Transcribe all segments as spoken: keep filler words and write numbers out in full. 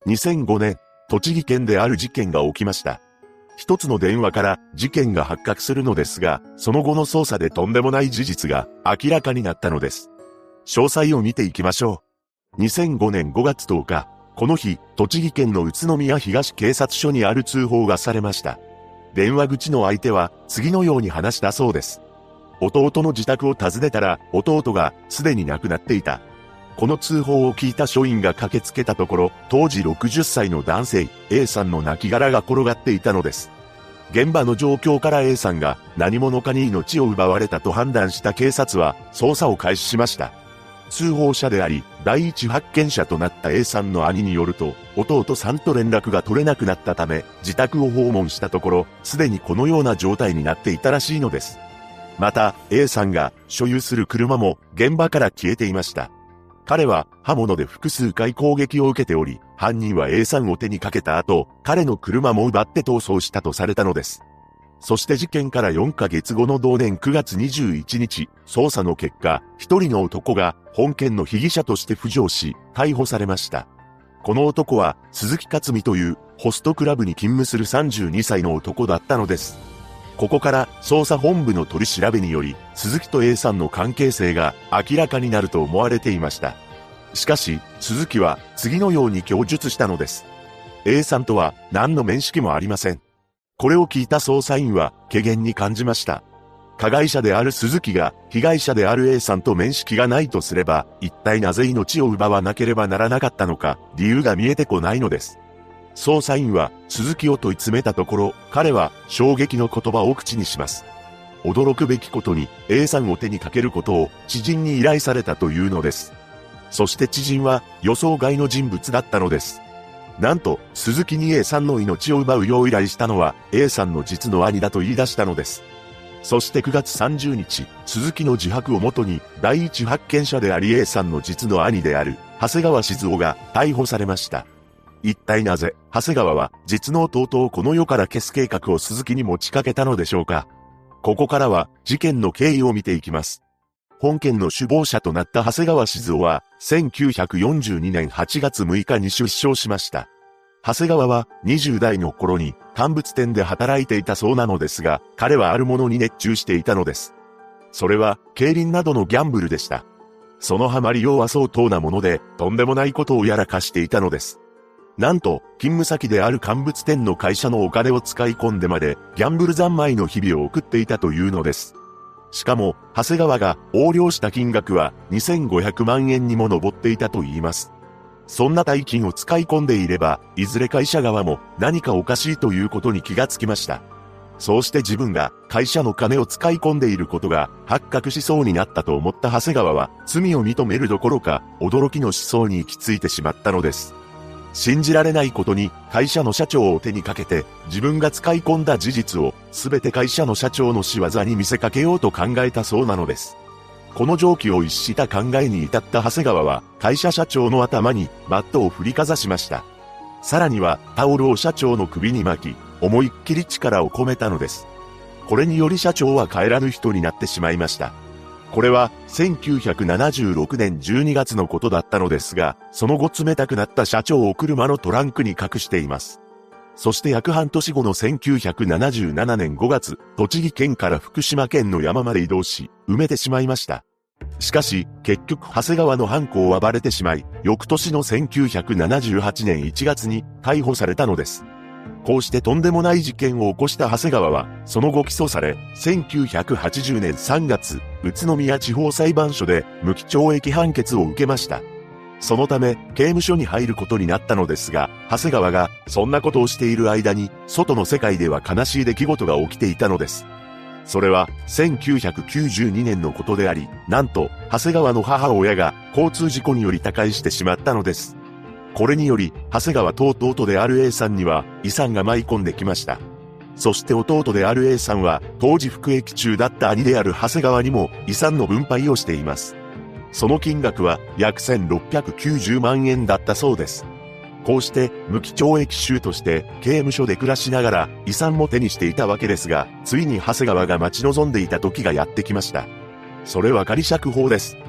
にせんごねん、栃木県である事件が起きました。一つの電話から事件が発覚するのですが、その後の捜査でとんでもない事実が明らかになったのです。詳細を見ていきましょう。にせんごねんごがつとおか、この日、栃木県の宇都宮東警察署にある通報がされました。電話口の相手は次のように話したそうです。弟の自宅を訪ねたら、弟がすでに亡くなっていた。この通報を聞いた署員が駆けつけたところ、当時ろくじゅっさいの男性 A さんの亡骸が転がっていたのです。現場の状況から A さんが何者かに命を奪われたと判断した警察は捜査を開始しました。通報者であり、第一発見者となった A さんの兄によると、弟さんと連絡が取れなくなったため、自宅を訪問したところ、すでにこのような状態になっていたらしいのです。また、A さんが所有する車も現場から消えていました。彼は刃物で複数回攻撃を受けており、犯人は A さんを手にかけた後、彼の車も奪って逃走したとされたのです。そして事件からよんかげつごの同年くがつにじゅういちにち、捜査の結果、一人の男が本件の被疑者として浮上し、逮捕されました。この男は鈴木克美というホストクラブに勤務するさんじゅうにさいの男だったのです。ここから捜査本部の取り調べにより、鈴木と A さんの関係性が明らかになると思われていました。しかし、鈴木は次のように供述したのです。A さんとは何の面識もありません。これを聞いた捜査員は怪訝に感じました。加害者である鈴木が被害者である A さんと面識がないとすれば、一体なぜ命を奪わなければならなかったのか、理由が見えてこないのです。捜査員は鈴木を問い詰めたところ、彼は衝撃の言葉を口にします。驚くべきことに A さんを手にかけることを知人に依頼されたというのです。そして知人は予想外の人物だったのです。なんと、鈴木に A さんの命を奪うよう依頼したのは A さんの実の兄だと言い出したのです。そしてくがつさんじゅうにち、鈴木の自白をもとに第一発見者であり A さんの実の兄である長谷川静雄が逮捕されました。一体なぜ、長谷川は実の弟をこの世から消す計画を鈴木に持ちかけたのでしょうか。ここからは事件の経緯を見ていきます。本件の首謀者となった長谷川静雄はせんきゅうひゃくよんじゅうにねんはちがつむいかに出生しました。長谷川はにじゅうだいの頃に乾物店で働いていたそうなのですが、彼はあるものに熱中していたのです。それは競輪などのギャンブルでした。そのハマりようは相当なもので、とんでもないことをやらかしていたのです。なんと、勤務先である乾物店の会社のお金を使い込んでまで、ギャンブル三昧の日々を送っていたというのです。しかも、長谷川が横領した金額はにせんごひゃくまんえんにも上っていたと言います。そんな大金を使い込んでいれば、いずれ会社側も何かおかしいということに気がつきました。そうして自分が会社の金を使い込んでいることが発覚しそうになったと思った長谷川は、罪を認めるどころか、驚きの思想に行き着いてしまったのです。信じられないことに会社の社長を手にかけて自分が使い込んだ事実をすべて会社の社長の仕業に見せかけようと考えたそうなのです。この常軌を逸した考えに至った長谷川は会社社長の頭にバットを振りかざしました。さらにはタオルを社長の首に巻き思いっきり力を込めたのです。これにより社長は帰らぬ人になってしまいました。これはせんきゅうひゃくななじゅうろくねんじゅうにがつのことだったのですが、その後冷たくなった社長を車のトランクに隠しています。そして約半年後のせんきゅうひゃくななじゅうななねんごがつ、栃木県から福島県の山まで移動し、埋めてしまいました。しかし、結局長谷川の犯行はバレてしまい、翌年のせんきゅうひゃくななじゅうはちねんいちがつに逮捕されたのです。こうしてとんでもない事件を起こした長谷川は、その後起訴され、せんきゅうひゃくはちじゅうねんさんがつ、宇都宮地方裁判所で無期懲役判決を受けました。そのため、刑務所に入ることになったのですが、長谷川がそんなことをしている間に、外の世界では悲しい出来事が起きていたのです。それは、せんきゅうひゃくきゅうじゅうにねんのことであり、なんと、長谷川の母親が交通事故により他界してしまったのです。これにより、長谷川と弟である A さんには遺産が舞い込んできました。そして弟である A さんは、当時服役中だった兄である長谷川にも遺産の分配をしています。その金額は約せんろっぴゃくきゅうじゅうまんえんだったそうです。こうして無期懲役囚として刑務所で暮らしながら遺産も手にしていたわけですが、ついに長谷川が待ち望んでいた時がやってきました。それは仮釈放です。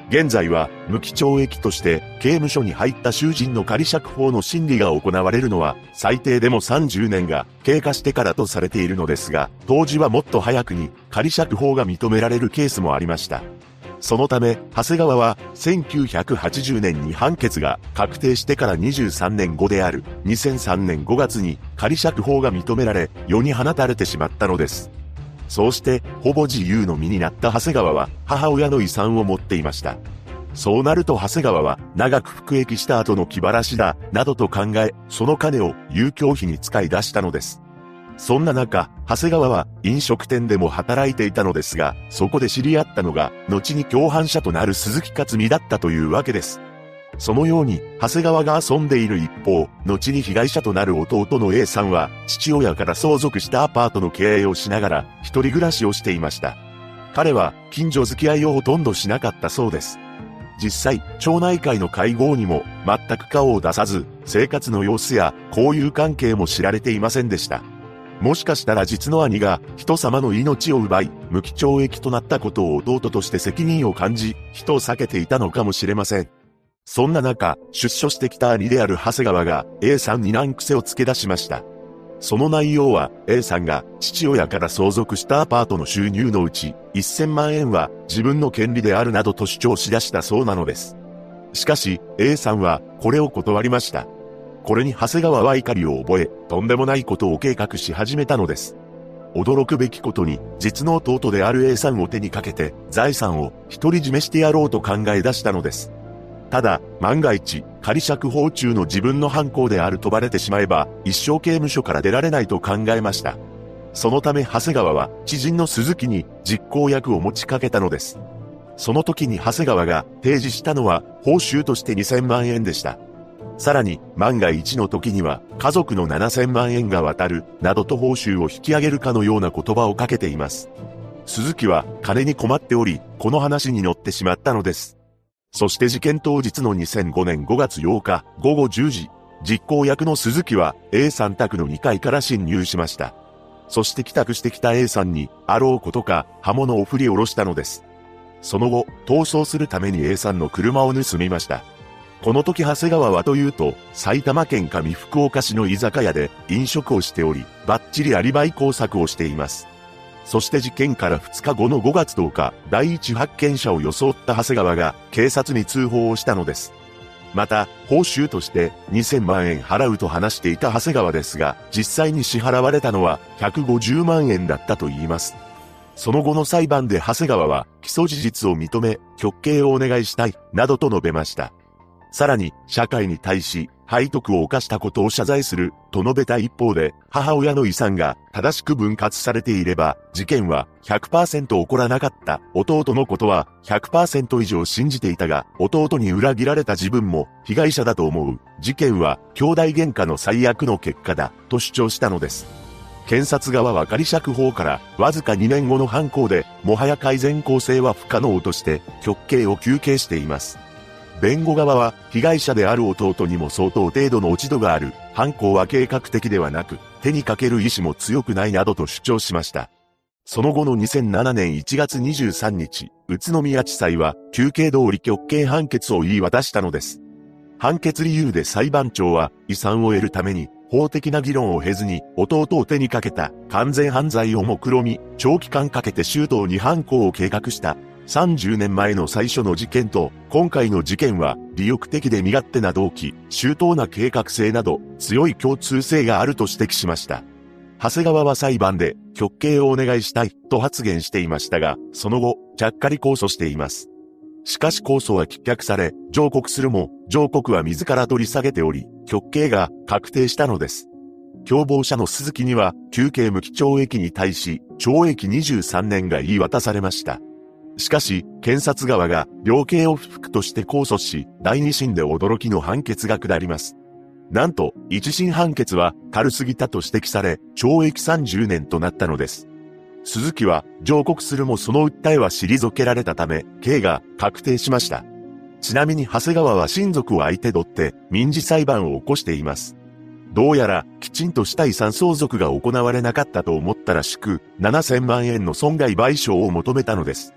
現在は無期懲役として刑務所に入った囚人の仮釈放の審理が行われるのは最低でもさんじゅうねんが経過してからとされているのですが、当時はもっと早くに仮釈放が認められるケースもありました。そのため、長谷川はせんきゅうひゃくはちじゅうねんに判決が確定してからにじゅうさんねんごであるにせんさんねんごがつに仮釈放が認められ世に放たれてしまったのです。そうしてほぼ自由の身になった長谷川は母親の遺産を持っていました。そうなると長谷川は長く服役した後の気晴らしだ、などと考え、その金を遊興費に使い出したのです。そんな中、長谷川は飲食店でも働いていたのですが、そこで知り合ったのが、後に共犯者となる鈴木克美だったというわけです。そのように、長谷川が遊んでいる一方、後に被害者となる弟の A さんは、父親から相続したアパートの経営をしながら、一人暮らしをしていました。彼は、近所付き合いをほとんどしなかったそうです。実際、町内会の会合にも、全く顔を出さず、生活の様子や、交友関係も知られていませんでした。もしかしたら実の兄が人様の命を奪い、無期懲役となったことを弟として責任を感じ、人を避けていたのかもしれません。そんな中、出所してきた兄である長谷川が A さんに難癖をつけ出しました。その内容は A さんが父親から相続したアパートの収入のうちせんまんえんは自分の権利であるなどと主張し出したそうなのです。しかし A さんはこれを断りました。これに長谷川は怒りを覚え、とんでもないことを計画し始めたのです。驚くべきことに、実の弟である A さんを手にかけて、財産を独り占めしてやろうと考え出したのです。ただ、万が一、仮釈放中の自分の犯行であるとバレてしまえば、一生刑務所から出られないと考えました。そのため長谷川は、知人の鈴木に実行役を持ちかけたのです。その時に長谷川が提示したのは、報酬としてにせんまんえんでした。さらに、万が一の時には、家族のななせんまんえんが渡る、などと報酬を引き上げるかのような言葉をかけています。鈴木は、金に困っており、この話に乗ってしまったのです。そして事件当日のにせんごねんごがつようか、ごごじゅうじ、実行役の鈴木は、A さん宅のにかいから侵入しました。そして帰宅してきた A さんに、あろうことか、刃物を振り下ろしたのです。その後、逃走するために A さんの車を盗みました。この時長谷川はというと、埼玉県上福岡市の居酒屋で飲食をしており、バッチリアリバイ工作をしています。そして事件からふつかごのごがつとおか、第一発見者を装った長谷川が警察に通報をしたのです。また、報酬としてにせんまんえん払うと話していた長谷川ですが、実際に支払われたのはひゃくごじゅうまんえんだったと言います。その後の裁判で長谷川は起訴事実を認め、極刑をお願いしたい、などと述べました。さらに、社会に対し、背徳を犯したことを謝罪する、と述べた一方で、母親の遺産が正しく分割されていれば、事件は ひゃくパーセント 起こらなかった。弟のことは ひゃくパーセント 以上信じていたが、弟に裏切られた自分も被害者だと思う。事件は兄弟喧嘩の最悪の結果だ、と主張したのです。検察側は仮釈放からわずかにねんごの犯行で、もはや改善構成は不可能として、極刑を求刑しています。弁護側は、被害者である弟にも相当程度の落ち度がある、犯行は計画的ではなく、手にかける意志も強くないなどと主張しました。その後のにせんななねんいちがつにじゅうさんにち、宇都宮地裁は、求刑通り極刑判決を言い渡したのです。判決理由で裁判長は、遺産を得るために、法的な議論を経ずに、弟を手にかけた、完全犯罪を目論み、長期間かけて周到に犯行を計画した。さんじゅうねんまえの最初の事件と、今回の事件は、利欲的で身勝手な動機、周到な計画性など、強い共通性があると指摘しました。長谷川は裁判で、極刑をお願いしたい、と発言していましたが、その後、ちゃっかり控訴しています。しかし控訴は棄却され、上告するも、上告は自ら取り下げており、極刑が確定したのです。共謀者の鈴木には、求刑無期懲役に対し、懲役にじゅうさんねんが言い渡されました。しかし、検察側が量刑を不服として控訴し、だいに審で驚きの判決が下ります。なんと、一審判決は軽すぎたと指摘され、懲役さんじゅうねんとなったのです。鈴木は上告するもその訴えは退けられたため、刑が確定しました。ちなみに長谷川は親族を相手取って民事裁判を起こしています。どうやらきちんとした遺産相続が行われなかったと思ったらしく、ななせんまんえんの損害賠償を求めたのです。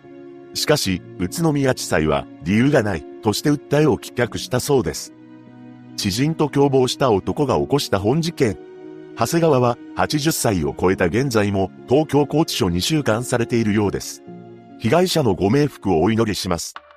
しかし、宇都宮地裁は理由がないとして訴えを棄却したそうです。知人と共謀した男が起こした本事件。長谷川ははちじゅっさいを超えた現在も東京拘置所に収監されているようです。被害者のご冥福をお祈りします。